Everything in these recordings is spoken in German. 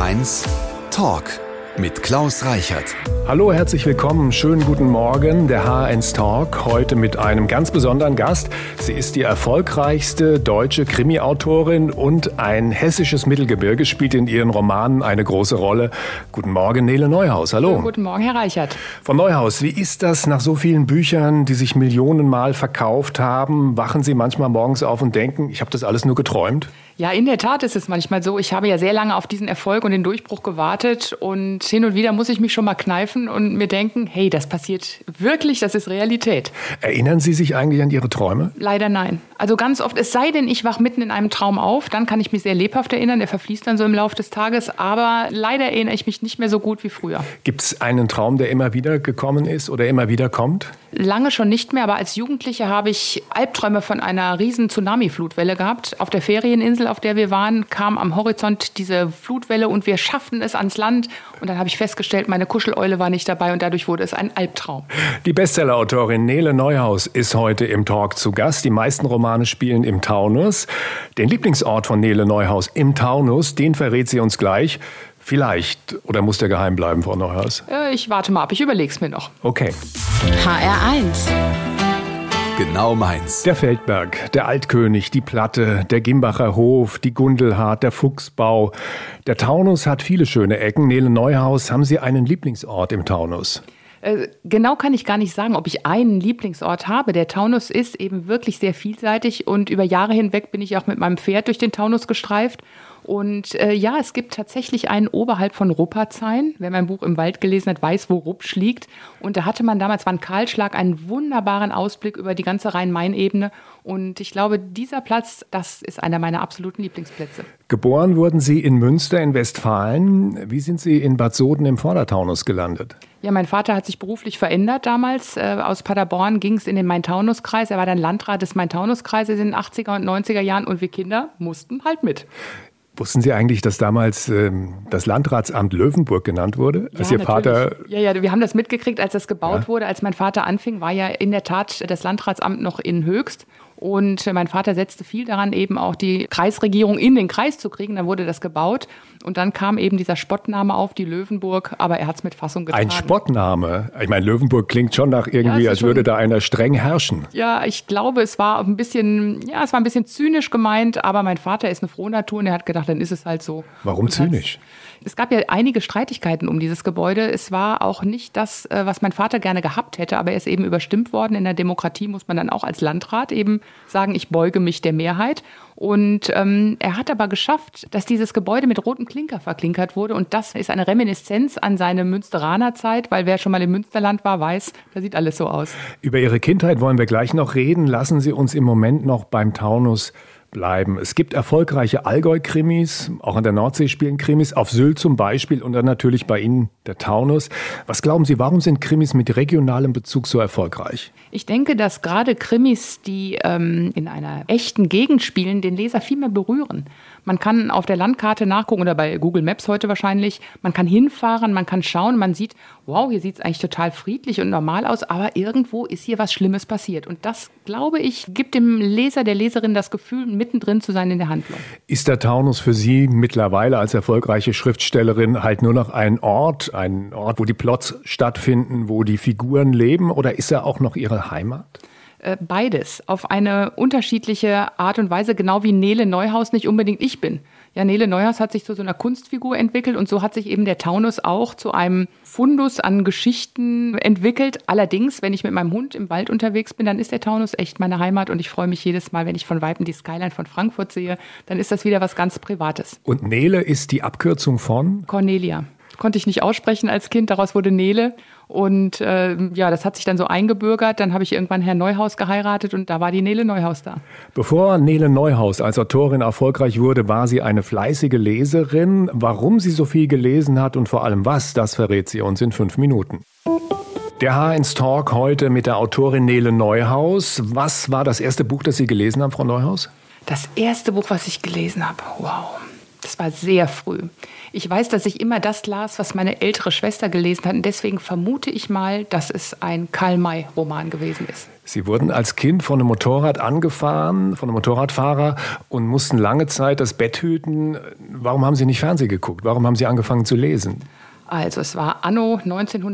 HR1 Talk mit Klaus Reichert. Hallo, herzlich willkommen. Schönen guten Morgen. Der HR1 Talk heute mit einem ganz besonderen Gast. Sie ist die erfolgreichste deutsche Krimi-Autorin und ein hessisches Mittelgebirge spielt in ihren Romanen eine große Rolle. Guten Morgen, Nele Neuhaus. Hallo. Guten Morgen, Herr Reichert. Frau Neuhaus, wie ist das nach so vielen Büchern, die sich millionenmal verkauft haben? Wachen Sie manchmal morgens auf und denken, ich habe das alles nur geträumt? Ja, in der Tat ist es manchmal so. Ich habe ja sehr lange auf diesen Erfolg und den Durchbruch gewartet und hin und wieder muss ich mich schon mal kneifen und mir denken, hey, das passiert wirklich, das ist Realität. Erinnern Sie sich eigentlich an Ihre Träume? Leider nein. Also ganz oft, es sei denn, ich wache mitten in einem Traum auf, dann kann ich mich sehr lebhaft erinnern, der verfließt dann so im Laufe des Tages, aber leider erinnere ich mich nicht mehr so gut wie früher. Gibt es einen Traum, der immer wieder gekommen ist oder immer wieder kommt? Lange schon nicht mehr, aber als Jugendliche habe ich Albträume von einer riesen Tsunami-Flutwelle gehabt. Auf der Ferieninsel, auf der wir waren, kam am Horizont diese Flutwelle und wir schafften es ans Land. Und dann habe ich festgestellt, meine Kuscheleule war nicht dabei und dadurch wurde es ein Albtraum. Die Bestsellerautorin Nele Neuhaus ist heute im Talk zu Gast. Die meisten Romane spielen im Taunus. Den Lieblingsort von Nele Neuhaus im Taunus, den verrät sie uns gleich. Vielleicht, oder muss der geheim bleiben, Frau Neuhaus? Ich warte mal ab, ich überlege es mir noch. Okay. HR1 Genau meins. Der Feldberg, der Altkönig, die Platte, der Gimbacher Hof, die Gundelhardt, der Fuchsbau. Der Taunus hat viele schöne Ecken. Nele Neuhaus, haben Sie einen Lieblingsort im Taunus? Genau kann ich gar nicht sagen, ob ich einen Lieblingsort habe. Der Taunus ist eben wirklich sehr vielseitig und über Jahre hinweg bin ich auch mit meinem Pferd durch den Taunus gestreift. Und ja, es gibt tatsächlich einen oberhalb von Ruppertshain. Wer mein Buch im Wald gelesen hat, weiß, wo Rupsch liegt. Und da hatte man damals, war ein Kahlschlag, einen wunderbaren Ausblick über die ganze Rhein-Main-Ebene. Und ich glaube, dieser Platz, das ist einer meiner absoluten Lieblingsplätze. Geboren wurden Sie in Münster in Westfalen. Wie sind Sie in Bad Soden im Vordertaunus gelandet? Ja, mein Vater hat sich beruflich verändert damals. Aus Paderborn ging es in den Main-Taunus-Kreis. Er war dann Landrat des Main-Taunus-Kreises in den 80er und 90er Jahren und wir Kinder mussten halt mit. Wussten Sie eigentlich, dass damals das Landratsamt Löwenburg genannt wurde? Als ja, Ihr Vater? Ja, wir haben das mitgekriegt, als das gebaut wurde. Als mein Vater anfing, war ja in der Tat das Landratsamt noch in Höchst. Und mein Vater setzte viel daran, eben auch die Kreisregierung in den Kreis zu kriegen. Dann wurde das gebaut. Und dann kam eben dieser Spottname auf, die Löwenburg. Aber er hat es mit Fassung getragen. Ein Spottname? Ich meine, Löwenburg klingt schon nach irgendwie, als würde da einer streng herrschen. Ja, ich glaube, es war ein bisschen zynisch gemeint. Aber mein Vater ist eine Frohnatur und er hat gedacht, dann ist es halt so. Warum zynisch? Es gab ja einige Streitigkeiten um dieses Gebäude. Es war auch nicht das, was mein Vater gerne gehabt hätte, aber er ist eben überstimmt worden. In der Demokratie muss man dann auch als Landrat eben sagen, ich beuge mich der Mehrheit. Und er hat aber geschafft, dass dieses Gebäude mit rotem Klinker verklinkert wurde. Und das ist eine Reminiszenz an seine Münsteraner Zeit, weil wer schon mal im Münsterland war, weiß, da sieht alles so aus. Über Ihre Kindheit wollen wir gleich noch reden. Lassen Sie uns im Moment noch beim Taunus bleiben. Es gibt erfolgreiche Allgäu-Krimis, auch an der Nordsee spielen Krimis, auf Sylt zum Beispiel und dann natürlich bei Ihnen der Taunus. Was glauben Sie, warum sind Krimis mit regionalem Bezug so erfolgreich? Ich denke, dass gerade Krimis, die in einer echten Gegend spielen, den Leser viel mehr berühren. Man kann auf der Landkarte nachgucken oder bei Google Maps heute wahrscheinlich, man kann hinfahren, man kann schauen, man sieht, wow, hier sieht es eigentlich total friedlich und normal aus, aber irgendwo ist hier was Schlimmes passiert. Und das, glaube ich, gibt dem Leser, der Leserin das Gefühl, mittendrin zu sein in der Handlung. Ist der Taunus für Sie mittlerweile als erfolgreiche Schriftstellerin halt nur noch ein Ort, wo die Plots stattfinden, wo die Figuren leben, oder ist er auch noch Ihre Heimat? Beides, auf eine unterschiedliche Art und Weise, genau wie Nele Neuhaus nicht unbedingt ich bin. Ja, Nele Neuhaus hat sich zu so einer Kunstfigur entwickelt und so hat sich eben der Taunus auch zu einem Fundus an Geschichten entwickelt. Allerdings, wenn ich mit meinem Hund im Wald unterwegs bin, dann ist der Taunus echt meine Heimat und ich freue mich jedes Mal, wenn ich von Weitem die Skyline von Frankfurt sehe, dann ist das wieder was ganz Privates. Und Nele ist die Abkürzung von? Cornelia. Konnte ich nicht aussprechen als Kind, daraus wurde Nele. Und das hat sich dann so eingebürgert. Dann habe ich irgendwann Herrn Neuhaus geheiratet und da war die Nele Neuhaus da. Bevor Nele Neuhaus als Autorin erfolgreich wurde, war sie eine fleißige Leserin. Warum sie so viel gelesen hat und vor allem was, das verrät sie uns in 5 Minuten. Der HR1 Talk heute mit der Autorin Nele Neuhaus. Was war das erste Buch, das Sie gelesen haben, Frau Neuhaus? Das erste Buch, was ich gelesen habe, wow. Das war sehr früh. Ich weiß, dass ich immer das las, was meine ältere Schwester gelesen hat. Und deswegen vermute ich mal, dass es ein Karl-May-Roman gewesen ist. Sie wurden als Kind von einem Motorrad angefahren, von einem Motorradfahrer und mussten lange Zeit das Bett hüten. Warum haben Sie nicht Fernsehen geguckt? Warum haben Sie angefangen zu lesen? Also es war anno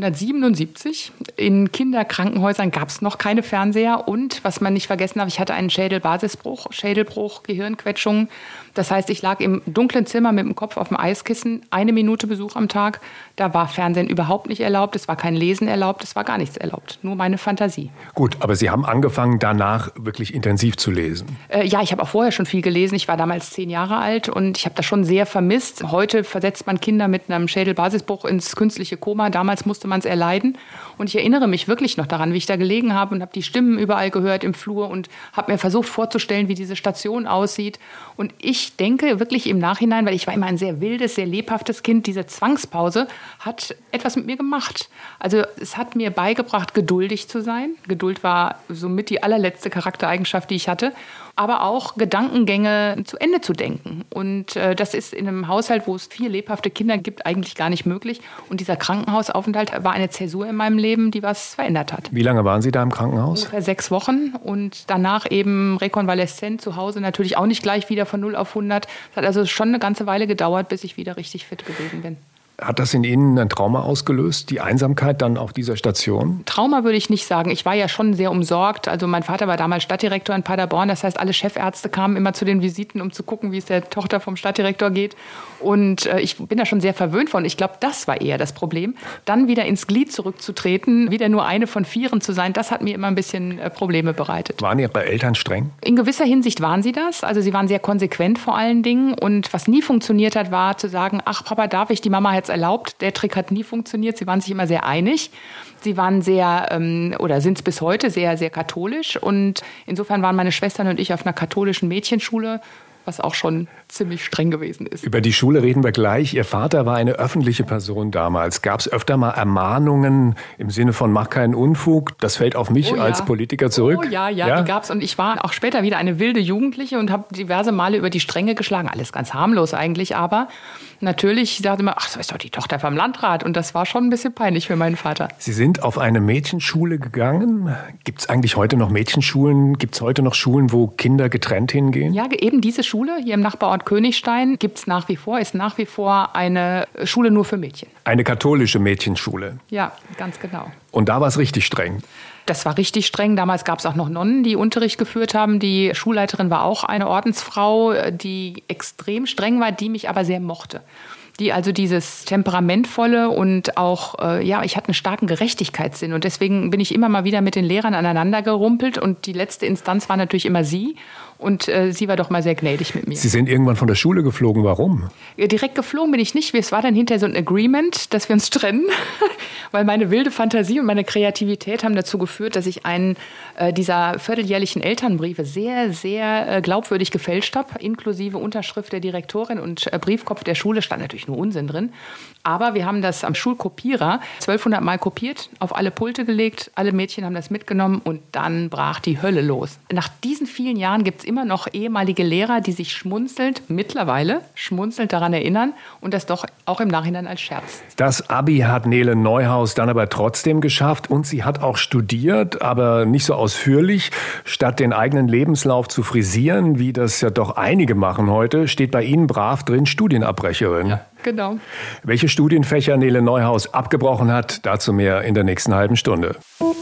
1977. In Kinderkrankenhäusern gab es noch keine Fernseher. Und was man nicht vergessen darf, ich hatte einen Schädelbruch, Gehirnquetschungen. Das heißt, ich lag im dunklen Zimmer mit dem Kopf auf dem Eiskissen, 1 Minute Besuch am Tag. Da war Fernsehen überhaupt nicht erlaubt, es war kein Lesen erlaubt, es war gar nichts erlaubt, nur meine Fantasie. Gut, aber Sie haben angefangen, danach wirklich intensiv zu lesen. Ja, ich habe auch vorher schon viel gelesen. Ich war damals 10 Jahre alt und ich habe das schon sehr vermisst. Heute versetzt man Kinder mit einem Schädelbasisbruch ins künstliche Koma. Damals musste man es erleiden. Und ich erinnere mich wirklich noch daran, wie ich da gelegen habe und habe die Stimmen überall gehört im Flur und habe mir versucht vorzustellen, wie diese Station aussieht. Und ich denke wirklich im Nachhinein, weil ich war immer ein sehr wildes, sehr lebhaftes Kind, diese Zwangspause hat etwas mit mir gemacht. Also es hat mir beigebracht, geduldig zu sein. Geduld war somit die allerletzte Charaktereigenschaft, die ich hatte. Aber auch Gedankengänge zu Ende zu denken. Und das ist in einem Haushalt, wo es 4 lebhafte Kinder gibt, eigentlich gar nicht möglich. Und dieser Krankenhausaufenthalt war eine Zäsur in meinem Leben, die was verändert hat. Wie lange waren Sie da im Krankenhaus? Ungefähr 6 Wochen und danach eben rekonvaleszent zu Hause. Natürlich auch nicht gleich wieder von 0 auf 100. Es hat also schon eine ganze Weile gedauert, bis ich wieder richtig fit gewesen bin. Hat das in Ihnen ein Trauma ausgelöst, die Einsamkeit dann auf dieser Station? Trauma würde ich nicht sagen. Ich war ja schon sehr umsorgt. Also mein Vater war damals Stadtdirektor in Paderborn. Das heißt, alle Chefärzte kamen immer zu den Visiten, um zu gucken, wie es der Tochter vom Stadtdirektor geht. Und ich bin da schon sehr verwöhnt von. Ich glaube, das war eher das Problem. Dann wieder ins Glied zurückzutreten, wieder nur eine von 4 zu sein, das hat mir immer ein bisschen Probleme bereitet. Waren Ihre Eltern streng? In gewisser Hinsicht waren sie das. Also sie waren sehr konsequent vor allen Dingen. Und was nie funktioniert hat, war zu sagen, ach Papa, darf ich, die Mama hat es erlaubt. Der Trick hat nie funktioniert. Sie waren sich immer sehr einig. Sie waren sehr, oder sind es bis heute, sehr, sehr katholisch. Und insofern waren meine Schwestern und ich auf einer katholischen Mädchenschule, was auch schon ziemlich streng gewesen ist. Über die Schule reden wir gleich. Ihr Vater war eine öffentliche Person damals. Gab es öfter mal Ermahnungen im Sinne von mach keinen Unfug? Das fällt auf mich als Politiker zurück. Oh ja, die gab es. Und ich war auch später wieder eine wilde Jugendliche und habe diverse Male über die Stränge geschlagen. Alles ganz harmlos eigentlich, aber natürlich sagte man, ach, so ist doch die Tochter vom Landrat. Und das war schon ein bisschen peinlich für meinen Vater. Sie sind auf eine Mädchenschule gegangen. Gibt es eigentlich heute noch Mädchenschulen? Gibt es heute noch Schulen, wo Kinder getrennt hingehen? Ja, eben diese Schule hier im Nachbarort Königstein gibt es nach wie vor, ist nach wie vor eine Schule nur für Mädchen. Eine katholische Mädchenschule? Ja, ganz genau. Und da war es richtig streng? Das war richtig streng. Damals gab es auch noch Nonnen, die Unterricht geführt haben. Die Schulleiterin war auch eine Ordensfrau, die extrem streng war, die mich aber sehr mochte. Die also dieses Temperamentvolle und auch, ich hatte einen starken Gerechtigkeitssinn. Und deswegen bin ich immer mal wieder mit den Lehrern aneinander gerumpelt. Und die letzte Instanz war natürlich immer sie. Und sie war doch mal sehr gnädig mit mir. Sie sind irgendwann von der Schule geflogen. Warum? Direkt geflogen bin ich nicht. Es war dann hinterher so ein Agreement, dass wir uns trennen. Weil meine wilde Fantasie und meine Kreativität haben dazu geführt, dass ich einen dieser vierteljährlichen Elternbriefe sehr, sehr glaubwürdig gefälscht habe. Inklusive Unterschrift der Direktorin und Briefkopf der Schule stand natürlich nur Unsinn drin. Aber wir haben das am Schulkopierer 1200 Mal kopiert, auf alle Pulte gelegt. Alle Mädchen haben das mitgenommen und dann brach die Hölle los. Nach diesen vielen Jahren gibt es immer noch ehemalige Lehrer, die sich mittlerweile schmunzelnd daran erinnern und das doch auch im Nachhinein als Scherz. Das Abi hat Nele Neuhaus dann aber trotzdem geschafft und sie hat auch studiert, aber nicht so ausführlich. Statt den eigenen Lebenslauf zu frisieren, wie das ja doch einige machen heute, steht bei Ihnen brav drin Studienabbrecherin. Ja, genau. Welche Studienfächer Nele Neuhaus abgebrochen hat, dazu mehr in der nächsten halben Stunde.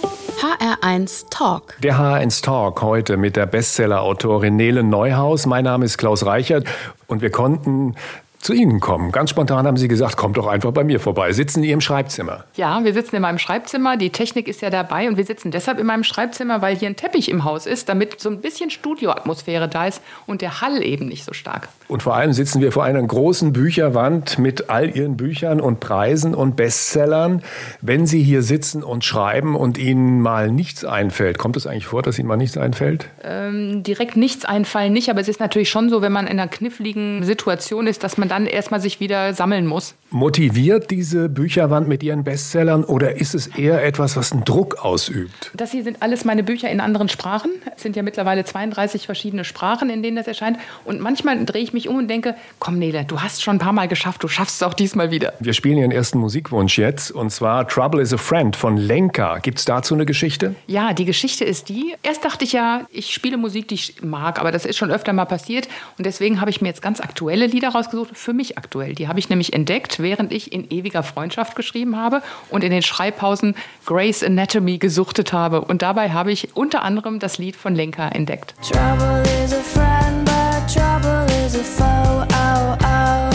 HR1 Talk. Der HR1 Talk heute mit der Bestseller-Autorin Nele Neuhaus. Mein Name ist Klaus Reichert und wir konnten zu Ihnen kommen. Ganz spontan haben Sie gesagt, kommt doch einfach bei mir vorbei. Sitzen in Ihrem Schreibzimmer? Ja, wir sitzen in meinem Schreibzimmer. Die Technik ist ja dabei und wir sitzen deshalb in meinem Schreibzimmer, weil hier ein Teppich im Haus ist, damit so ein bisschen Studioatmosphäre da ist und der Hall eben nicht so stark. Und vor allem sitzen wir vor einer großen Bücherwand mit all Ihren Büchern und Preisen und Bestsellern. Wenn Sie hier sitzen und schreiben und Ihnen mal nichts einfällt, kommt es eigentlich vor, dass Ihnen mal nichts einfällt? Direkt nichts einfallen nicht, aber es ist natürlich schon so, wenn man in einer kniffligen Situation ist, dass man dann erstmal sich wieder sammeln muss. Motiviert diese Bücherwand mit Ihren Bestsellern oder ist es eher etwas, was einen Druck ausübt? Das hier sind alles meine Bücher in anderen Sprachen. Es sind ja mittlerweile 32 verschiedene Sprachen, in denen das erscheint. Und manchmal drehe ich mich um und denke, komm Nele, du hast schon ein paar Mal geschafft, du schaffst es auch diesmal wieder. Wir spielen Ihren ersten Musikwunsch jetzt und zwar Trouble is a Friend von Lenka. Gibt es dazu eine Geschichte? Ja, die Geschichte ist die, erst dachte ich ja, ich spiele Musik, die ich mag, aber das ist schon öfter mal passiert. Und deswegen habe ich mir jetzt ganz aktuelle Lieder rausgesucht, für mich aktuell. Die habe ich nämlich entdeckt, während ich in ewiger Freundschaft geschrieben habe und in den Schreibpausen Grey's Anatomy gesuchtet habe. Und dabei habe ich unter anderem das Lied von Lenka entdeckt. Trouble is a friend, but trouble is a foe. Oh, oh.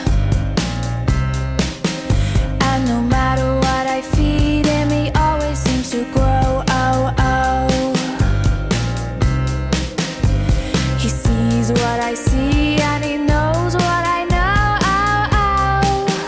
And no matter what I feed him, he always seems to grow. Oh, oh. He sees what I see and he knows what I know. Oh, oh.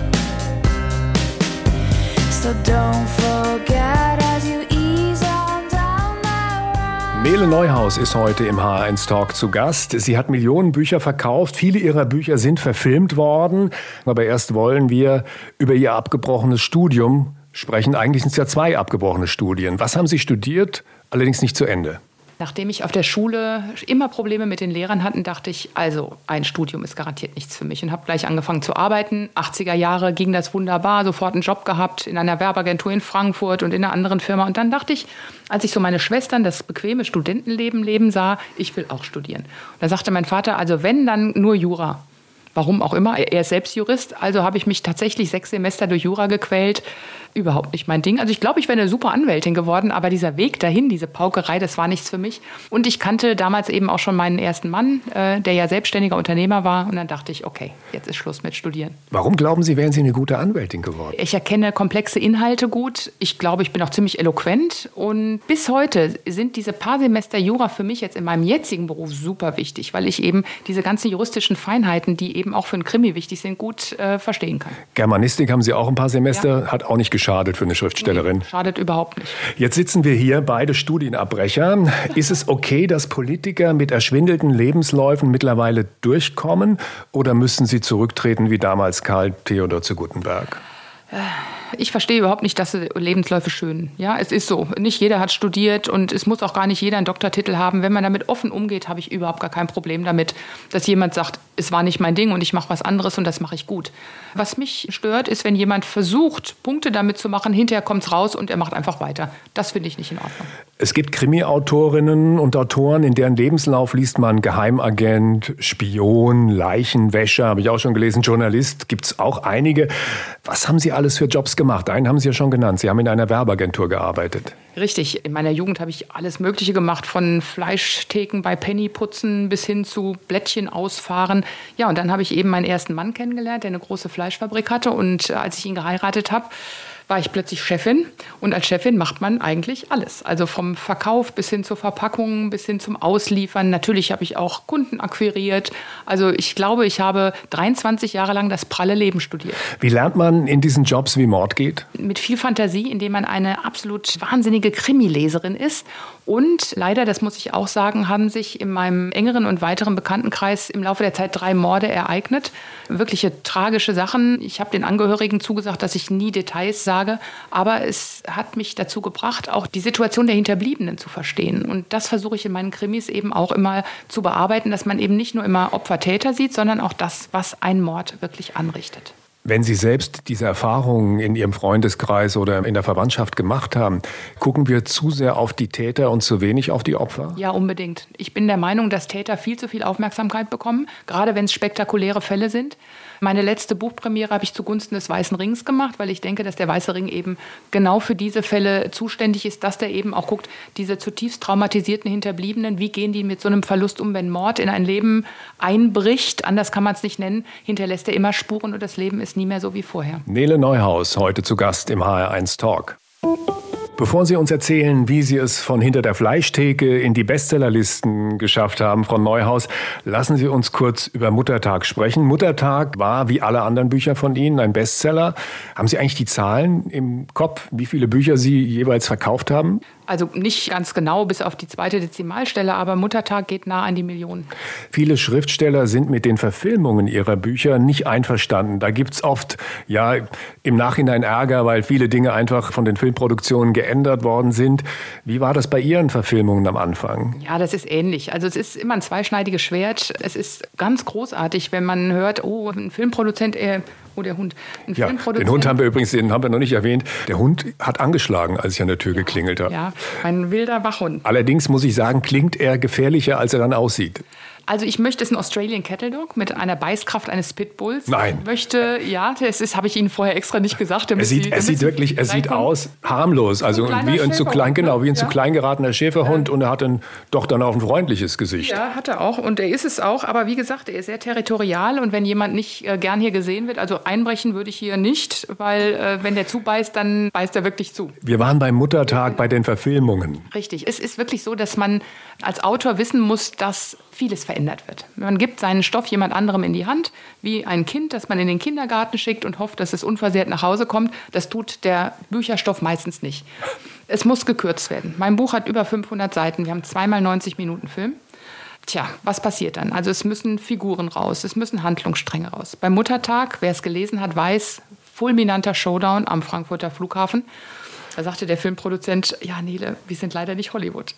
So don't forget as you ease on down the road. Nele Neuhaus ist heute im HR1 Talk zu Gast. Sie hat Millionen Bücher verkauft. Viele ihrer Bücher sind verfilmt worden. Aber erst wollen wir über ihr abgebrochenes Studium sprechen. Eigentlich sind es ja 2 abgebrochene Studien. Was haben Sie studiert? Allerdings nicht zu Ende. Nachdem ich auf der Schule immer Probleme mit den Lehrern hatte, dachte ich, also ein Studium ist garantiert nichts für mich und habe gleich angefangen zu arbeiten. 80er Jahre ging das wunderbar, sofort einen Job gehabt in einer Werbeagentur in Frankfurt und in einer anderen Firma. Und dann dachte ich, als ich so meine Schwestern das bequeme Studentenleben leben sah, ich will auch studieren. Und da sagte mein Vater, also wenn, dann nur Jura. Warum auch immer, er ist selbst Jurist, also habe ich mich tatsächlich 6 Semester durch Jura gequält. Überhaupt nicht mein Ding. Also ich glaube, ich wäre eine super Anwältin geworden, aber dieser Weg dahin, diese Paukerei, das war nichts für mich. Und ich kannte damals eben auch schon meinen ersten Mann, der ja selbstständiger Unternehmer war. Und dann dachte ich, okay, jetzt ist Schluss mit Studieren. Warum glauben Sie, wären Sie eine gute Anwältin geworden? Ich erkenne komplexe Inhalte gut. Ich glaube, ich bin auch ziemlich eloquent. Und bis heute sind diese paar Semester Jura für mich jetzt in meinem jetzigen Beruf super wichtig, weil ich eben diese ganzen juristischen Feinheiten, die eben auch für einen Krimi wichtig sind, gut verstehen kann. Germanistik haben Sie auch ein paar Semester, ja. Hat auch nicht geschadet für eine Schriftstellerin. Nee, schadet überhaupt nicht. Jetzt sitzen wir hier, beide Studienabbrecher. Ist es okay, dass Politiker mit erschwindelten Lebensläufen mittlerweile durchkommen oder müssen sie zurücktreten wie damals Karl Theodor zu Guttenberg? Ich verstehe überhaupt nicht, dass Lebensläufe schön. Ja, es ist so. Nicht jeder hat studiert und es muss auch gar nicht jeder einen Doktortitel haben. Wenn man damit offen umgeht, habe ich überhaupt gar kein Problem damit, dass jemand sagt, es war nicht mein Ding und ich mache was anderes und das mache ich gut. Was mich stört, ist, wenn jemand versucht, Punkte damit zu machen, hinterher kommt es raus und er macht einfach weiter. Das finde ich nicht in Ordnung. Es gibt Krimi-Autorinnen und Autoren, in deren Lebenslauf liest man Geheimagent, Spion, Leichenwäscher, habe ich auch schon gelesen, Journalist, gibt es auch einige. Was haben Sie alles für Jobs gemacht? Einen haben Sie ja schon genannt. Sie haben in einer Werbeagentur gearbeitet. Richtig. In meiner Jugend habe ich alles Mögliche gemacht, von Fleischtheken bei Penny putzen bis hin zu Blättchen ausfahren. Ja, und dann habe ich eben meinen ersten Mann kennengelernt, der eine große Fleischfabrik hatte. Und als ich ihn geheiratet habe, war ich plötzlich Chefin. Und als Chefin macht man eigentlich alles. Also vom Verkauf bis hin zur Verpackung, bis hin zum Ausliefern. Natürlich habe ich auch Kunden akquiriert. Also ich glaube, ich habe 23 Jahre lang das pralle Leben studiert. Wie lernt man in diesen Jobs, wie Mord geht? Mit viel Fantasie, indem man eine absolut wahnsinnige Krimileserin ist. Und leider, das muss ich auch sagen, haben sich in meinem engeren und weiteren Bekanntenkreis im Laufe der Zeit 3 Morde ereignet. Wirkliche tragische Sachen. Ich habe den Angehörigen zugesagt, dass ich nie Details sage. Aber es hat mich dazu gebracht, auch die Situation der Hinterbliebenen zu verstehen. Und das versuche ich in meinen Krimis eben auch immer zu bearbeiten, dass man eben nicht nur immer Opfer-Täter sieht, sondern auch das, was ein Mord wirklich anrichtet. Wenn Sie selbst diese Erfahrungen in Ihrem Freundeskreis oder in der Verwandtschaft gemacht haben, gucken wir zu sehr auf die Täter und zu wenig auf die Opfer? Ja, unbedingt. Ich bin der Meinung, dass Täter viel zu viel Aufmerksamkeit bekommen, gerade wenn es spektakuläre Fälle sind. Meine letzte Buchpremiere habe ich zugunsten des Weißen Rings gemacht, weil ich denke, dass der Weiße Ring eben genau für diese Fälle zuständig ist, dass der eben auch guckt, diese zutiefst traumatisierten Hinterbliebenen, wie gehen die mit so einem Verlust um, wenn Mord in ein Leben einbricht, anders kann man es nicht nennen, hinterlässt er immer Spuren und das Leben ist nie mehr so wie vorher. Nele Neuhaus, heute zu Gast im HR1 Talk. Bevor Sie uns erzählen, wie Sie es von hinter der Fleischtheke in die Bestsellerlisten geschafft haben, Frau Neuhaus, lassen Sie uns kurz über Muttertag sprechen. Muttertag war, wie alle anderen Bücher von Ihnen, ein Bestseller. Haben Sie eigentlich die Zahlen im Kopf, wie viele Bücher Sie jeweils verkauft haben? Also nicht ganz genau bis auf die 2. Dezimalstelle, aber Muttertag geht nah an die Million. Viele Schriftsteller sind mit den Verfilmungen ihrer Bücher nicht einverstanden. Da gibt's oft im Nachhinein Ärger, weil viele Dinge einfach von den Filmproduktionen geändert worden sind. Wie war das bei Ihren Verfilmungen am Anfang? Ja, das ist ähnlich. Also es ist immer ein zweischneidiges Schwert. Es ist ganz großartig, wenn man hört, ein Filmproduzent, der Hund. Den Hund haben wir übrigens, den haben wir noch nicht erwähnt. Der Hund hat angeschlagen, als ich an der Tür geklingelt habe. Ja, ein wilder Wachhund. Allerdings muss ich sagen, klingt er gefährlicher, als er dann aussieht. Also ich möchte es ein Australian Cattle Dog mit einer Beißkraft eines Pitbulls. Nein. Habe ich Ihnen vorher extra nicht gesagt. Er sieht aus harmlos, also wie ein zu klein geratener Schäferhund und er hat dann auch ein freundliches Gesicht. Ja, hat er auch und er ist es auch, aber wie gesagt, er ist sehr territorial und wenn jemand nicht gern hier gesehen wird, also einbrechen würde ich hier nicht, weil wenn der zubeißt, dann beißt er wirklich zu. Wir waren beim Muttertag bei den Verfilmungen. Richtig, es ist wirklich so, dass man als Autor wissen muss, dass vieles verändert wird. Man gibt seinen Stoff jemand anderem in die Hand, wie ein Kind, das man in den Kindergarten schickt und hofft, dass es unversehrt nach Hause kommt. Das tut der Bücherstoff meistens nicht. Es muss gekürzt werden. Mein Buch hat über 500 Seiten. Wir haben 2x 90 Minuten Film. Tja, was passiert dann? Also es müssen Figuren raus, es müssen Handlungsstränge raus. Beim Muttertag, wer es gelesen hat, weiß, fulminanter Showdown am Frankfurter Flughafen. Da sagte der Filmproduzent, ja Nele, wir sind leider nicht Hollywood.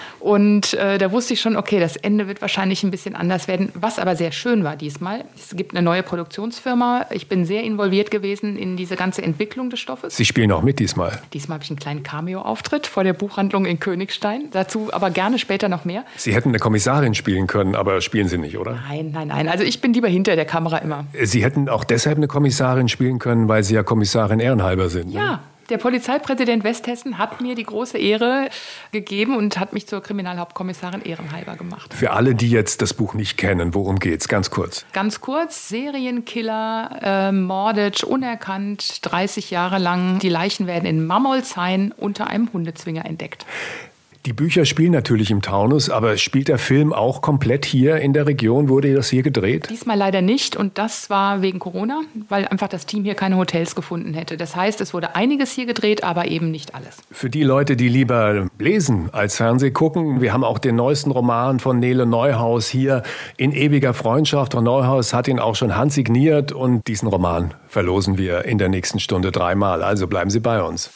Und da wusste ich schon, okay, das Ende wird wahrscheinlich ein bisschen anders werden. Was aber sehr schön war diesmal, es gibt eine neue Produktionsfirma. Ich bin sehr involviert gewesen in diese ganze Entwicklung des Stoffes. Sie spielen auch mit diesmal? Diesmal habe ich einen kleinen Cameo-Auftritt vor der Buchhandlung in Königstein. Dazu aber gerne später noch mehr. Sie hätten eine Kommissarin spielen können, aber spielen Sie nicht, oder? Nein. Also ich bin lieber hinter der Kamera immer. Sie hätten auch deshalb eine Kommissarin spielen können, weil Sie ja Kommissarin ehrenhalber sind. Ja. Ne? Der Polizeipräsident Westhessen hat mir die große Ehre gegeben und hat mich zur Kriminalhauptkommissarin ehrenhalber gemacht. Für alle, die jetzt das Buch nicht kennen, worum geht's? Ganz kurz. Ganz kurz, Serienkiller, mordet, unerkannt, 30 Jahre lang. Die Leichen werden in Mammolshain unter einem Hundezwinger entdeckt. Die Bücher spielen natürlich im Taunus, aber spielt der Film auch komplett hier in der Region? Wurde das hier gedreht? Diesmal leider nicht und das war wegen Corona, weil einfach das Team hier keine Hotels gefunden hätte. Das heißt, es wurde einiges hier gedreht, aber eben nicht alles. Für die Leute, die lieber lesen als Fernseh gucken, wir haben auch den neuesten Roman von Nele Neuhaus hier, In ewiger Freundschaft. Frau Neuhaus hat ihn auch schon handsigniert und diesen Roman verlosen wir in der nächsten Stunde 3-mal. Also bleiben Sie bei uns.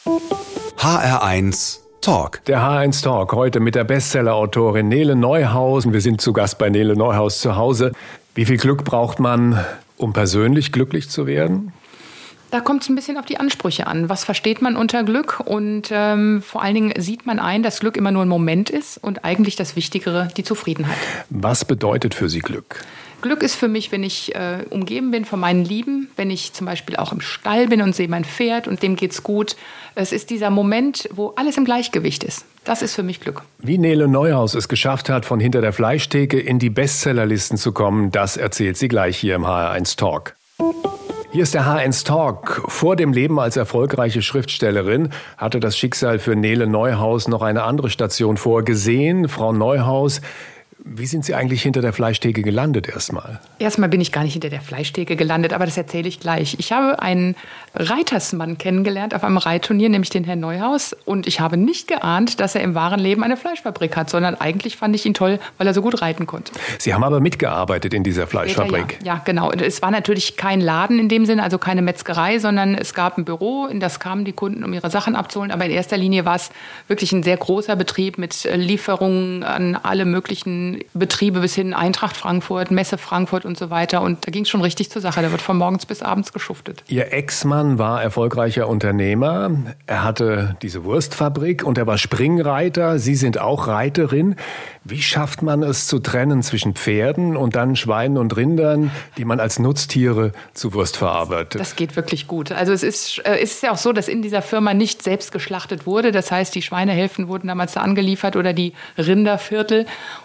HR1 Talk. Der HR1 Talk heute mit der Bestseller-Autorin Nele Neuhaus. Wir sind zu Gast bei Nele Neuhaus zu Hause. Wie viel Glück braucht man, um persönlich glücklich zu werden? Da kommt es ein bisschen auf die Ansprüche an. Was versteht man unter Glück? Und vor allen Dingen sieht man ein, dass Glück immer nur ein Moment ist und eigentlich das Wichtigere die Zufriedenheit. Was bedeutet für Sie Glück? Glück ist für mich, wenn ich umgeben bin von meinen Lieben, wenn ich zum Beispiel auch im Stall bin und sehe mein Pferd und dem geht's gut. Es ist dieser Moment, wo alles im Gleichgewicht ist. Das ist für mich Glück. Wie Nele Neuhaus es geschafft hat, von hinter der Fleischtheke in die Bestsellerlisten zu kommen, das erzählt sie gleich hier im HR1 Talk. Hier ist der HR1 Talk. Vor dem Leben als erfolgreiche Schriftstellerin hatte das Schicksal für Nele Neuhaus noch eine andere Station vorgesehen. Frau Neuhaus, wie sind Sie eigentlich hinter der Fleischtheke gelandet erstmal? Erstmal bin ich gar nicht hinter der Fleischtheke gelandet, aber das erzähle ich gleich. Ich habe einen Reitersmann kennengelernt auf einem Reitturnier, nämlich den Herrn Neuhaus. Und ich habe nicht geahnt, dass er im wahren Leben eine Fleischfabrik hat, sondern eigentlich fand ich ihn toll, weil er so gut reiten konnte. Sie haben aber mitgearbeitet in dieser Fleischfabrik? Ja, genau. Es war natürlich kein Laden in dem Sinne, also keine Metzgerei, sondern es gab ein Büro, in das kamen die Kunden, um ihre Sachen abzuholen. Aber in erster Linie war es wirklich ein sehr großer Betrieb mit Lieferungen an alle möglichen Betriebe bis hin Eintracht Frankfurt, Messe Frankfurt und so weiter. Und da ging es schon richtig zur Sache. Da wird von morgens bis abends geschuftet. Ihr Ex-Mann war erfolgreicher Unternehmer. Er hatte diese Wurstfabrik und er war Springreiter. Sie sind auch Reiterin. Wie schafft man es zu trennen zwischen Pferden und dann Schweinen und Rindern, die man als Nutztiere zu Wurst verarbeitet? Das geht wirklich gut. Also es ist ja auch so, dass in dieser Firma nicht selbst geschlachtet wurde. Das heißt, die Schweinehälften wurden damals da angeliefert oder die Rinderviertel.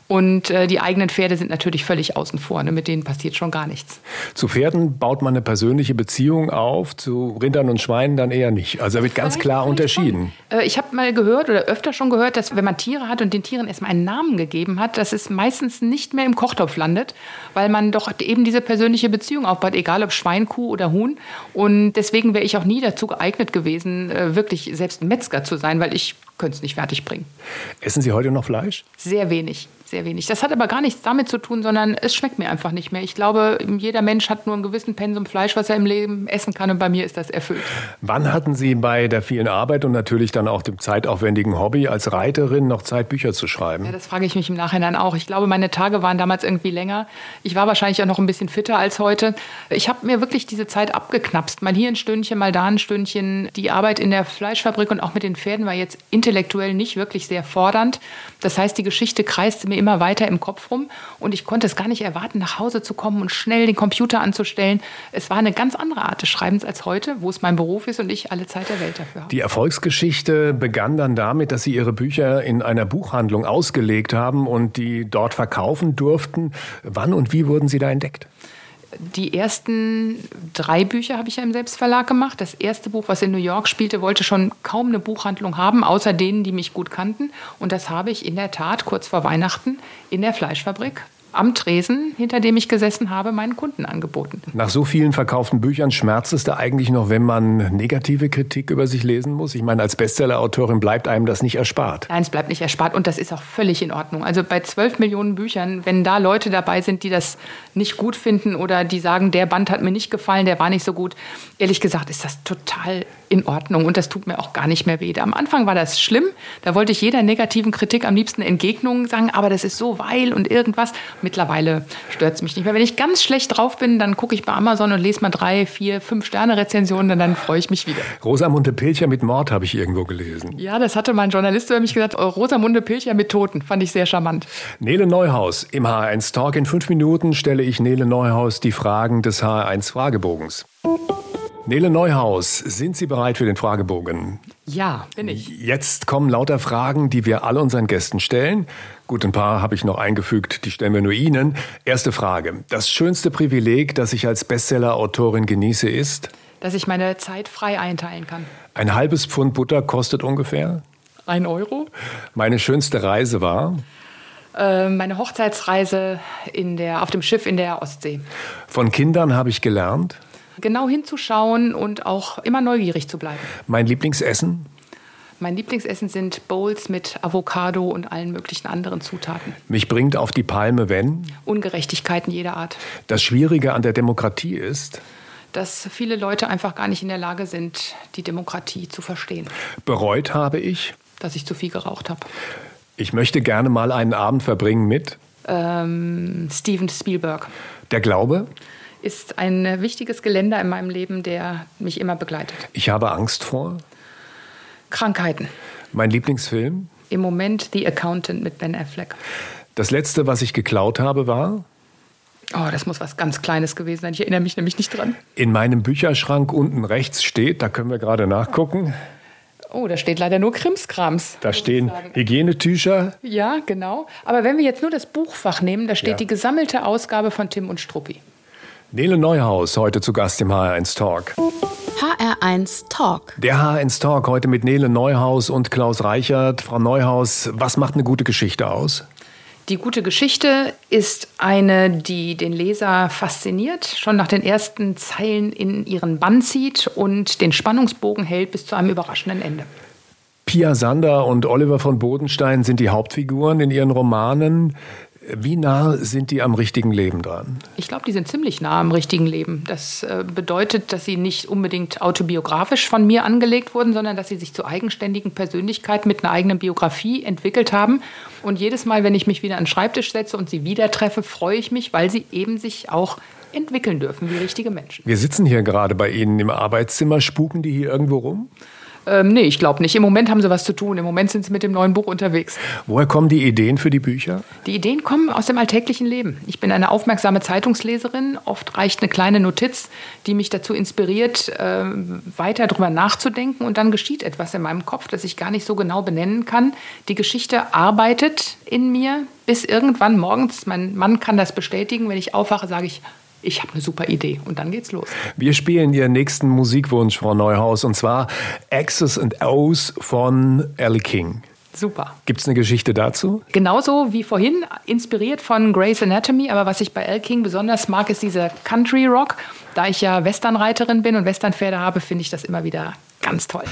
Und die eigenen Pferde sind natürlich völlig außen vor. Ne? Mit denen passiert schon gar nichts. Zu Pferden baut man eine persönliche Beziehung auf, zu Rindern und Schweinen dann eher nicht. Also da wird ganz klar unterschieden. Ich habe mal gehört oder öfter schon gehört, dass wenn man Tiere hat und den Tieren erstmal einen Namen gegeben hat, dass es meistens nicht mehr im Kochtopf landet, weil man doch eben diese persönliche Beziehung aufbaut, egal ob Schwein, Kuh oder Huhn. Und deswegen wäre ich auch nie dazu geeignet gewesen, wirklich selbst Metzger zu sein, weil ich könnte es nicht fertig bringen. Essen Sie heute noch Fleisch? Sehr wenig. Sehr wenig. Das hat aber gar nichts damit zu tun, sondern es schmeckt mir einfach nicht mehr. Ich glaube, jeder Mensch hat nur einen gewissen Pensum Fleisch, was er im Leben essen kann, und bei mir ist das erfüllt. Wann hatten Sie bei der vielen Arbeit und natürlich dann auch dem zeitaufwendigen Hobby als Reiterin noch Zeit, Bücher zu schreiben? Ja, das frage ich mich im Nachhinein auch. Ich glaube, meine Tage waren damals irgendwie länger. Ich war wahrscheinlich auch noch ein bisschen fitter als heute. Ich habe mir wirklich diese Zeit abgeknapst. Mal hier ein Stündchen, mal da ein Stündchen. Die Arbeit in der Fleischfabrik und auch mit den Pferden war jetzt intellektuell nicht wirklich sehr fordernd. Das heißt, die Geschichte kreiste mir immer weiter im Kopf rum und ich konnte es gar nicht erwarten, nach Hause zu kommen und schnell den Computer anzustellen. Es war eine ganz andere Art des Schreibens als heute, wo es mein Beruf ist und ich alle Zeit der Welt dafür habe. Die Erfolgsgeschichte begann dann damit, dass Sie Ihre Bücher in einer Buchhandlung ausgelegt haben und die dort verkaufen durften. Wann und wie wurden Sie da entdeckt? Die ersten 3 Bücher habe ich ja im Selbstverlag gemacht. Das erste Buch, was in New York spielte, wollte schon kaum eine Buchhandlung haben, außer denen, die mich gut kannten. Und das habe ich in der Tat kurz vor Weihnachten in der Fleischfabrik am Tresen, hinter dem ich gesessen habe, meinen Kunden angeboten. Nach so vielen verkauften Büchern schmerzt es da eigentlich noch, wenn man negative Kritik über sich lesen muss? Ich meine, als Bestseller-Autorin bleibt einem das nicht erspart. Nein, es bleibt nicht erspart und das ist auch völlig in Ordnung. Also bei 12 Millionen Büchern, wenn da Leute dabei sind, die das nicht gut finden oder die sagen, der Band hat mir nicht gefallen, der war nicht so gut, ehrlich gesagt ist das total in Ordnung und das tut mir auch gar nicht mehr weh. Am Anfang war das schlimm, da wollte ich jeder negativen Kritik am liebsten Entgegnungen sagen, aber das ist so weil und irgendwas. Mittlerweile stört es mich nicht mehr. Wenn ich ganz schlecht drauf bin, dann gucke ich bei Amazon und lese mal 3, 4, 5 Sterne-Rezensionen und dann freue ich mich wieder. Rosamunde Pilcher mit Mord habe ich irgendwo gelesen. Ja, das hatte mein Journalist über mich gesagt. Rosamunde Pilcher mit Toten. Fand ich sehr charmant. Nele Neuhaus im HR1 Talk. In 5 Minuten stelle ich Nele Neuhaus die Fragen des HR1 Fragebogens. Nele Neuhaus, sind Sie bereit für den Fragebogen? Ja, bin ich. Jetzt kommen lauter Fragen, die wir alle unseren Gästen stellen. Gut, ein paar habe ich noch eingefügt, die stellen wir nur Ihnen. Erste Frage. Das schönste Privileg, das ich als Bestseller-Autorin genieße, ist? Dass ich meine Zeit frei einteilen kann. Ein halbes Pfund Butter kostet ungefähr? 1 Euro. Meine schönste Reise war? Meine Hochzeitsreise auf dem Schiff in der Ostsee. Von Kindern habe ich gelernt? Genau hinzuschauen und auch immer neugierig zu bleiben. Mein Lieblingsessen? Mein Lieblingsessen sind Bowls mit Avocado und allen möglichen anderen Zutaten. Mich bringt auf die Palme, wenn? Ungerechtigkeiten jeder Art. Das Schwierige an der Demokratie ist? Dass viele Leute einfach gar nicht in der Lage sind, die Demokratie zu verstehen. Bereut habe ich? Dass ich zu viel geraucht habe. Ich möchte gerne mal einen Abend verbringen mit? Steven Spielberg. Der Glaube? Ist ein wichtiges Geländer in meinem Leben, der mich immer begleitet. Ich habe Angst vor? Krankheiten. Mein Lieblingsfilm? Im Moment The Accountant mit Ben Affleck. Das letzte, was ich geklaut habe, war? Oh, das muss was ganz Kleines gewesen sein. Ich erinnere mich nämlich nicht dran. In meinem Bücherschrank unten rechts steht, da können wir gerade nachgucken. Oh, da steht leider nur Krimskrams. Da stehen Hygienetücher. Ja, genau. Aber wenn wir jetzt nur das Buchfach nehmen, da steht Ja. die gesammelte Ausgabe von Tim und Struppi. Nele Neuhaus, heute zu Gast im HR1 Talk. HR1 Talk. Der HR1 Talk heute mit Nele Neuhaus und Klaus Reichert. Frau Neuhaus, was macht eine gute Geschichte aus? Die gute Geschichte ist eine, die den Leser fasziniert, schon nach den ersten Zeilen in ihren Bann zieht und den Spannungsbogen hält bis zu einem überraschenden Ende. Pia Sander und Oliver von Bodenstein sind die Hauptfiguren in ihren Romanen. Wie nah sind die am richtigen Leben dran? Ich glaube, die sind ziemlich nah am richtigen Leben. Das bedeutet, dass sie nicht unbedingt autobiografisch von mir angelegt wurden, sondern dass sie sich zu eigenständigen Persönlichkeiten mit einer eigenen Biografie entwickelt haben. Und jedes Mal, wenn ich mich wieder an den Schreibtisch setze und sie wieder treffe, freue ich mich, weil sie eben sich auch entwickeln dürfen wie richtige Menschen. Wir sitzen hier gerade bei Ihnen im Arbeitszimmer. Spuken die hier irgendwo rum? Nee, ich glaube nicht. Im Moment haben sie was zu tun. Im Moment sind sie mit dem neuen Buch unterwegs. Woher kommen die Ideen für die Bücher? Die Ideen kommen aus dem alltäglichen Leben. Ich bin eine aufmerksame Zeitungsleserin. Oft reicht eine kleine Notiz, die mich dazu inspiriert, weiter drüber nachzudenken. Und dann geschieht etwas in meinem Kopf, das ich gar nicht so genau benennen kann. Die Geschichte arbeitet in mir bis irgendwann morgens. Mein Mann kann das bestätigen. Wenn ich aufwache, sage ich habe eine super Idee und dann geht's los. Wir spielen Ihren nächsten Musikwunsch, Frau Neuhaus, und zwar X's and O's von Elle King. Super. Gibt es eine Geschichte dazu? Genauso wie vorhin, inspiriert von Grey's Anatomy, aber was ich bei Elle King besonders mag, ist dieser Country Rock. Da ich ja Westernreiterin bin und Westernpferde habe, finde ich das immer wieder ganz toll.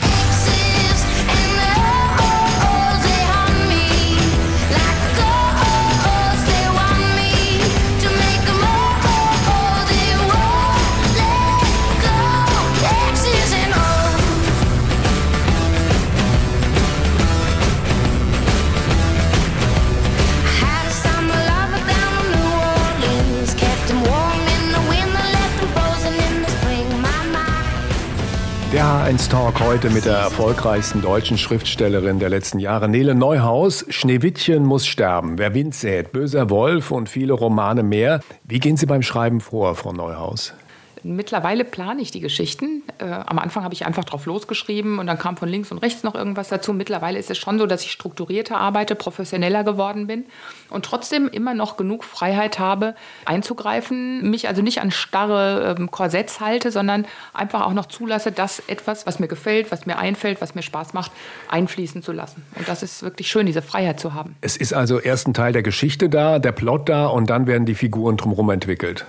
Der H1 Talk heute mit der erfolgreichsten deutschen Schriftstellerin der letzten Jahre, Nele Neuhaus. Schneewittchen muss sterben, wer Wind sät, böser Wolf und viele Romane mehr. Wie gehen Sie beim Schreiben vor, Frau Neuhaus? Mittlerweile plane ich die Geschichten. Am Anfang habe ich einfach drauf losgeschrieben und dann kam von links und rechts noch irgendwas dazu. Mittlerweile ist es schon so, dass ich strukturierter arbeite, professioneller geworden bin und trotzdem immer noch genug Freiheit habe, einzugreifen, mich also nicht an starre Korsetts halte, sondern einfach auch noch zulasse, dass etwas, was mir gefällt, was mir einfällt, was mir Spaß macht, einfließen zu lassen. Und das ist wirklich schön, diese Freiheit zu haben. Es ist also erst ein Teil der Geschichte da, der Plot da und dann werden die Figuren drumherum entwickelt.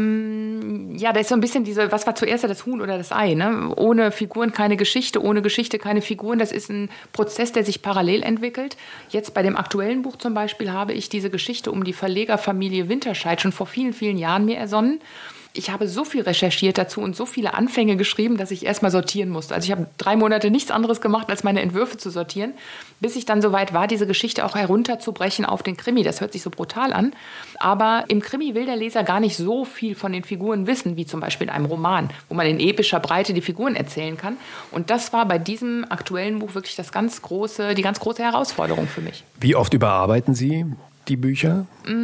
Ja, da ist so ein bisschen diese, was war zuerst das Huhn oder das Ei? Ne? Ohne Figuren keine Geschichte, ohne Geschichte keine Figuren. Das ist ein Prozess, der sich parallel entwickelt. Jetzt bei dem aktuellen Buch zum Beispiel habe ich diese Geschichte um die Verlegerfamilie Winterscheid schon vor vielen, vielen Jahren mir ersonnen. Ich habe so viel recherchiert dazu und so viele Anfänge geschrieben, dass ich erstmal sortieren musste. Also ich habe 3 Monate nichts anderes gemacht, als meine Entwürfe zu sortieren, bis ich dann soweit war, diese Geschichte auch herunterzubrechen auf den Krimi. Das hört sich so brutal an. Aber im Krimi will der Leser gar nicht so viel von den Figuren wissen, wie zum Beispiel in einem Roman, wo man in epischer Breite die Figuren erzählen kann. Und das war bei diesem aktuellen Buch wirklich die ganz große Herausforderung für mich. Wie oft überarbeiten Sie die Bücher?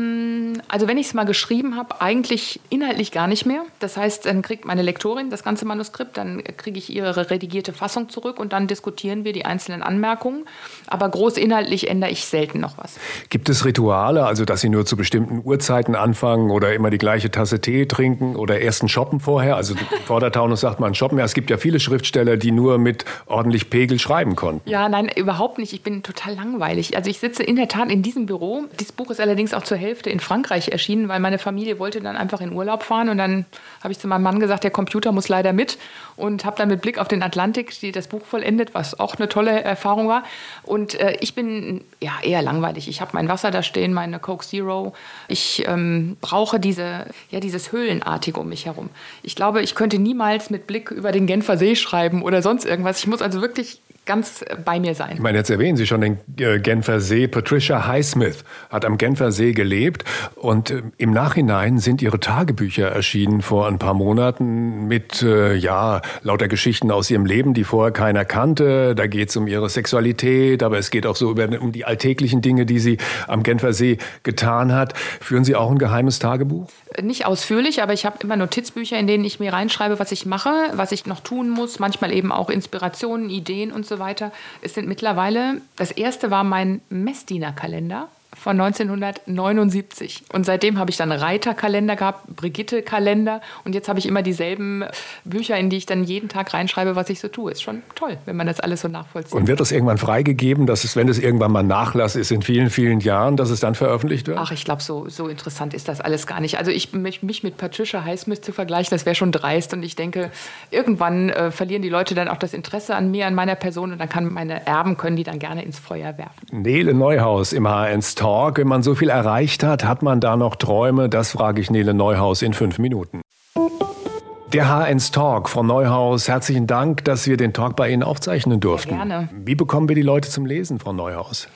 Also wenn ich es mal geschrieben habe, eigentlich inhaltlich gar nicht mehr. Das heißt, dann kriegt meine Lektorin das ganze Manuskript, dann kriege ich ihre redigierte Fassung zurück und dann diskutieren wir die einzelnen Anmerkungen. Aber groß inhaltlich ändere ich selten noch was. Gibt es Rituale, also dass Sie nur zu bestimmten Uhrzeiten anfangen oder immer die gleiche Tasse Tee trinken oder erst ein Shoppen vorher? Also vor der Taunus sagt man Shoppen. Ja, es gibt ja viele Schriftsteller, die nur mit ordentlich Pegel schreiben konnten. Ja, nein, überhaupt nicht. Ich bin total langweilig. Also ich sitze in der Tat in diesem Büro. Dieses Buch ist allerdings auch zur Hälfte in Frankreich erschienen, weil meine Familie wollte dann einfach in Urlaub fahren. Und dann habe ich zu meinem Mann gesagt, der Computer muss leider mit. Und habe dann mit Blick auf den Atlantik das Buch vollendet, was auch eine tolle Erfahrung war. Und ich bin ja eher langweilig. Ich habe mein Wasser da stehen, meine Coke Zero. Ich brauche dieses Höhlenartige um mich herum. Ich glaube, ich könnte niemals mit Blick über den Genfer See schreiben oder sonst irgendwas. Ich muss also wirklich ganz bei mir sein. Ich meine, jetzt erwähnen Sie schon den Genfer See. Patricia Highsmith hat am Genfer See gelebt und im Nachhinein sind ihre Tagebücher erschienen vor ein paar Monaten mit lauter Geschichten aus ihrem Leben, die vorher keiner kannte. Da geht es um ihre Sexualität, aber es geht auch so um die alltäglichen Dinge, die sie am Genfer See getan hat. Führen Sie auch ein geheimes Tagebuch? Nicht ausführlich, aber ich habe immer Notizbücher, in denen ich mir reinschreibe, was ich mache, was ich noch tun muss, manchmal eben auch Inspirationen, Ideen und so weiter. Es sind mittlerweile, das erste war mein Messdienerkalender von 1979. Und seitdem habe ich dann Reiterkalender gehabt, Brigitte-Kalender. Und jetzt habe ich immer dieselben Bücher, in die ich dann jeden Tag reinschreibe, was ich so tue. Ist schon toll, wenn man das alles so nachvollzieht. Und wird das irgendwann freigegeben, dass es, wenn es irgendwann mal Nachlass ist in vielen, vielen Jahren, dass es dann veröffentlicht wird? Ach, ich glaube, so interessant ist das alles gar nicht. Also mich mit Patricia Highsmith zu vergleichen, das wäre schon dreist. Und ich denke, irgendwann verlieren die Leute dann auch das Interesse an mir, an meiner Person. Und dann können die dann gerne ins Feuer werfen. Nele Neuhaus im H1 Talk. Wenn man so viel erreicht hat man da noch Träume? Das frage ich Nele Neuhaus in 5 Minuten. Der H1 Talk, Frau Neuhaus, herzlichen Dank, dass wir den Talk bei Ihnen aufzeichnen durften. Gerne. Wie bekommen wir die Leute zum Lesen, Frau Neuhaus?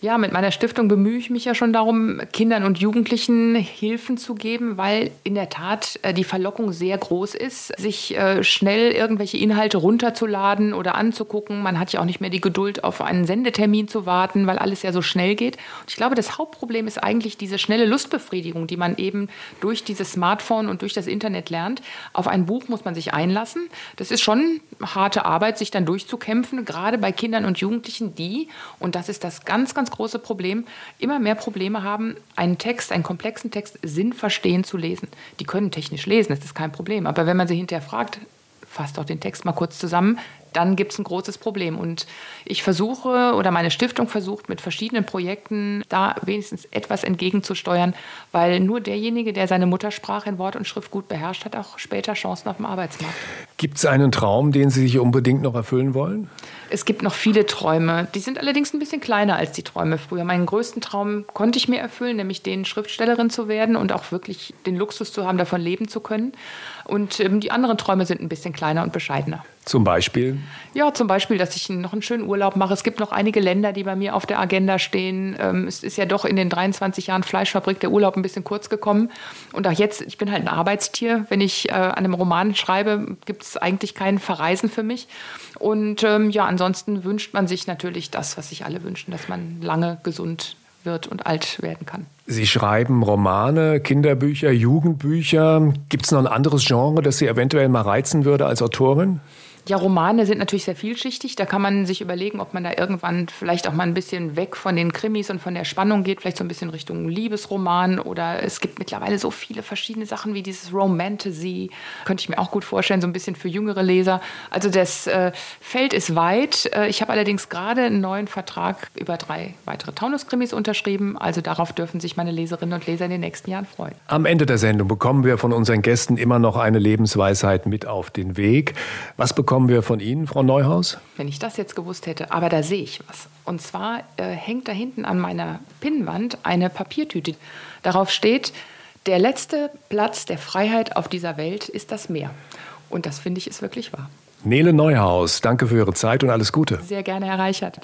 Ja, mit meiner Stiftung bemühe ich mich ja schon darum, Kindern und Jugendlichen Hilfen zu geben, weil in der Tat die Verlockung sehr groß ist, sich schnell irgendwelche Inhalte runterzuladen oder anzugucken. Man hat ja auch nicht mehr die Geduld, auf einen Sendetermin zu warten, weil alles ja so schnell geht. Und ich glaube, das Hauptproblem ist eigentlich diese schnelle Lustbefriedigung, die man eben durch dieses Smartphone und durch das Internet lernt. Auf ein Buch muss man sich einlassen. Das ist schon harte Arbeit, sich dann durchzukämpfen, gerade bei Kindern und Jugendlichen, die, und das ist das ganz, ganz große Problem, immer mehr Probleme haben, einen komplexen Text sinnverstehend zu lesen. Die können technisch lesen, das ist kein Problem. Aber wenn man sie hinterher fragt, fasst doch den Text mal kurz zusammen, dann gibt es ein großes Problem. Und ich versuche, oder meine Stiftung versucht, mit verschiedenen Projekten da wenigstens etwas entgegenzusteuern, weil nur derjenige, der seine Muttersprache in Wort und Schrift gut beherrscht, hat auch später Chancen auf dem Arbeitsmarkt. Gibt es einen Traum, den Sie sich unbedingt noch erfüllen wollen? Es gibt noch viele Träume. Die sind allerdings ein bisschen kleiner als die Träume früher. Meinen größten Traum konnte ich mir erfüllen, nämlich den Schriftstellerin zu werden und auch wirklich den Luxus zu haben, davon leben zu können. Und die anderen Träume sind ein bisschen kleiner und bescheidener. Zum Beispiel? Ja, zum Beispiel, dass ich noch einen schönen Urlaub mache. Es gibt noch einige Länder, die bei mir auf der Agenda stehen. Es ist ja doch in den 23 Jahren Fleischfabrik der Urlaub ein bisschen kurz gekommen. Und auch jetzt, ich bin halt ein Arbeitstier. Wenn ich an einem Roman schreibe, gibt es eigentlich kein Verreisen für mich. Und ansonsten wünscht man sich natürlich das, was sich alle wünschen, dass man lange gesund wird und alt werden kann. Sie schreiben Romane, Kinderbücher, Jugendbücher. Gibt es noch ein anderes Genre, das Sie eventuell mal reizen würde als Autorin? Ja, Romane sind natürlich sehr vielschichtig. Da kann man sich überlegen, ob man da irgendwann vielleicht auch mal ein bisschen weg von den Krimis und von der Spannung geht, vielleicht so ein bisschen Richtung Liebesroman. Oder es gibt mittlerweile so viele verschiedene Sachen wie dieses Romantasy. Könnte ich mir auch gut vorstellen, so ein bisschen für jüngere Leser. Also das Feld ist weit. Ich habe allerdings gerade einen neuen Vertrag über 3 weitere Taunus-Krimis unterschrieben. Also darauf dürfen sich meine Leserinnen und Leser in den nächsten Jahren freuen. Am Ende der Sendung bekommen wir von unseren Gästen immer noch eine Lebensweisheit mit auf den Weg. Was bekommen wir von Ihnen, Frau Neuhaus? Wenn ich das jetzt gewusst hätte, aber da sehe ich was. Und zwar hängt da hinten an meiner Pinnwand eine Papiertüte. Darauf steht, der letzte Platz der Freiheit auf dieser Welt ist das Meer. Und das, finde ich, ist wirklich wahr. Nele Neuhaus, danke für Ihre Zeit und alles Gute. Sehr gerne, Herr Reichert.